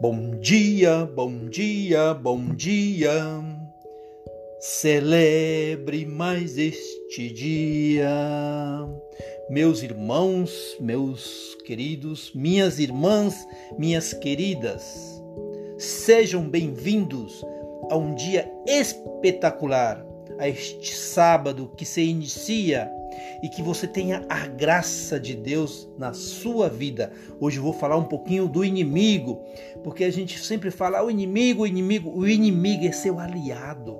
Bom dia, bom dia, bom dia. Celebre mais este dia. Meus irmãos, meus queridos, minhas irmãs, minhas queridas, sejam bem-vindos a um dia espetacular, a este sábado que se inicia e que você tenha a graça de Deus na sua vida. Hoje eu vou falar um pouquinho do inimigo, porque a gente sempre fala o inimigo é seu aliado.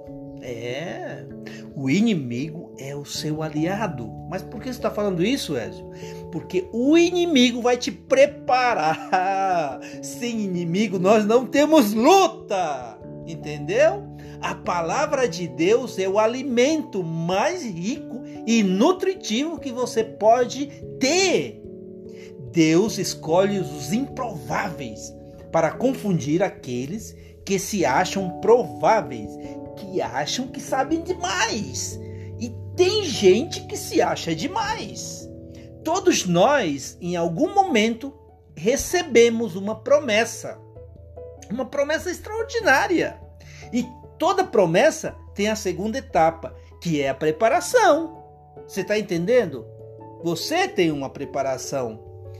O inimigo é o seu aliado. Mas por que você está falando isso, Ézio? Porque o inimigo vai te preparar. Sem inimigo nós não temos luta, entendeu? A palavra de Deus é o alimento mais rico e nutritivo que você pode ter. Deus escolhe os improváveis para confundir aqueles que se acham prováveis, que acham que sabem demais. E tem gente que se acha demais. Todos nós, em algum momento, recebemos uma promessa extraordinária. E toda promessa tem a segunda etapa, que é a preparação. Você está entendendo? Você tem uma preparação.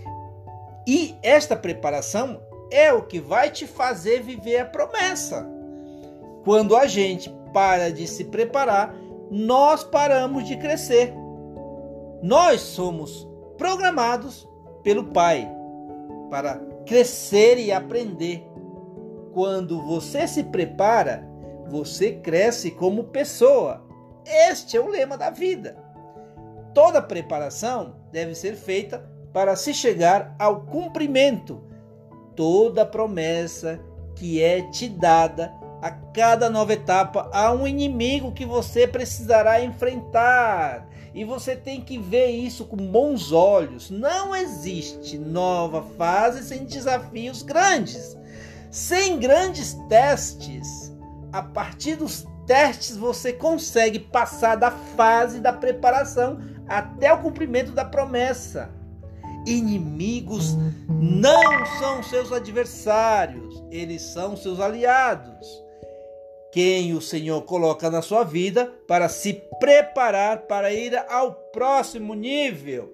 E esta preparação é o que vai te fazer viver a promessa. Quando a gente para de se preparar, nós paramos de crescer. Nós somos programados pelo Pai para crescer e aprender. Quando você se prepara, você cresce como pessoa. Este é o lema da vida. Toda preparação deve ser feita para se chegar ao cumprimento. Toda promessa que é te dada a cada nova etapa, há um inimigo que você precisará enfrentar. E você tem que ver isso com bons olhos. Não existe nova fase sem desafios grandes. Sem grandes testes. A partir dos testes você consegue passar da fase da preparação até o cumprimento da promessa. Inimigos não são seus adversários, eles são seus aliados. Quem o Senhor coloca na sua vida para se preparar para ir ao próximo nível.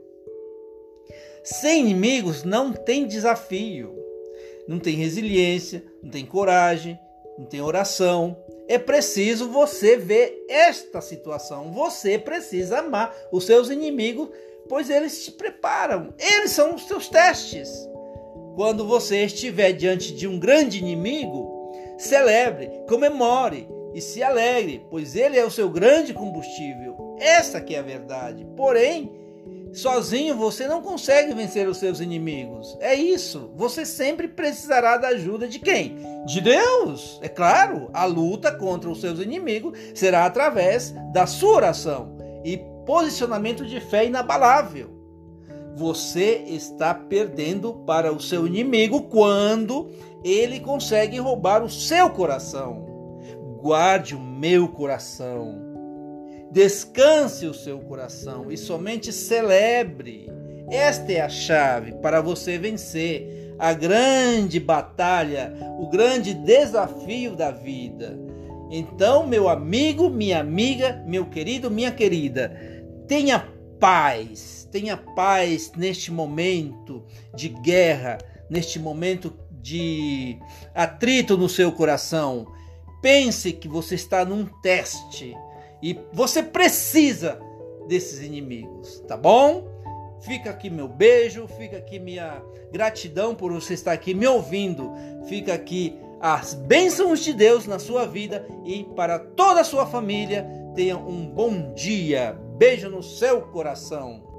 Sem inimigos não tem desafio, não tem resiliência, não tem coragem, não tem oração. É preciso você ver esta situação. Você precisa amar os seus inimigos, pois eles te preparam. Eles são os seus testes. Quando você estiver diante de um grande inimigo, celebre, comemore e se alegre, pois ele é o seu grande combustível. Essa que é a verdade. Porém, sozinho você não consegue vencer os seus inimigos. É isso. Você sempre precisará da ajuda de quem? De Deus. É claro, a luta contra os seus inimigos será através da sua oração e posicionamento de fé inabalável. Você está perdendo para o seu inimigo quando ele consegue roubar o seu coração. Guarde o meu coração. Descanse o seu coração e somente celebre. Esta é a chave para você vencer a grande batalha, o grande desafio da vida. Então, meu amigo, minha amiga, meu querido, minha querida, tenha paz neste momento de guerra, neste momento de atrito no seu coração. Pense que você está num teste e você precisa desses inimigos, tá bom? Fica aqui meu beijo, fica aqui minha gratidão por você estar aqui me ouvindo. Fica aqui as bênçãos de Deus na sua vida e para toda a sua família. Tenha um bom dia. Beijo no seu coração.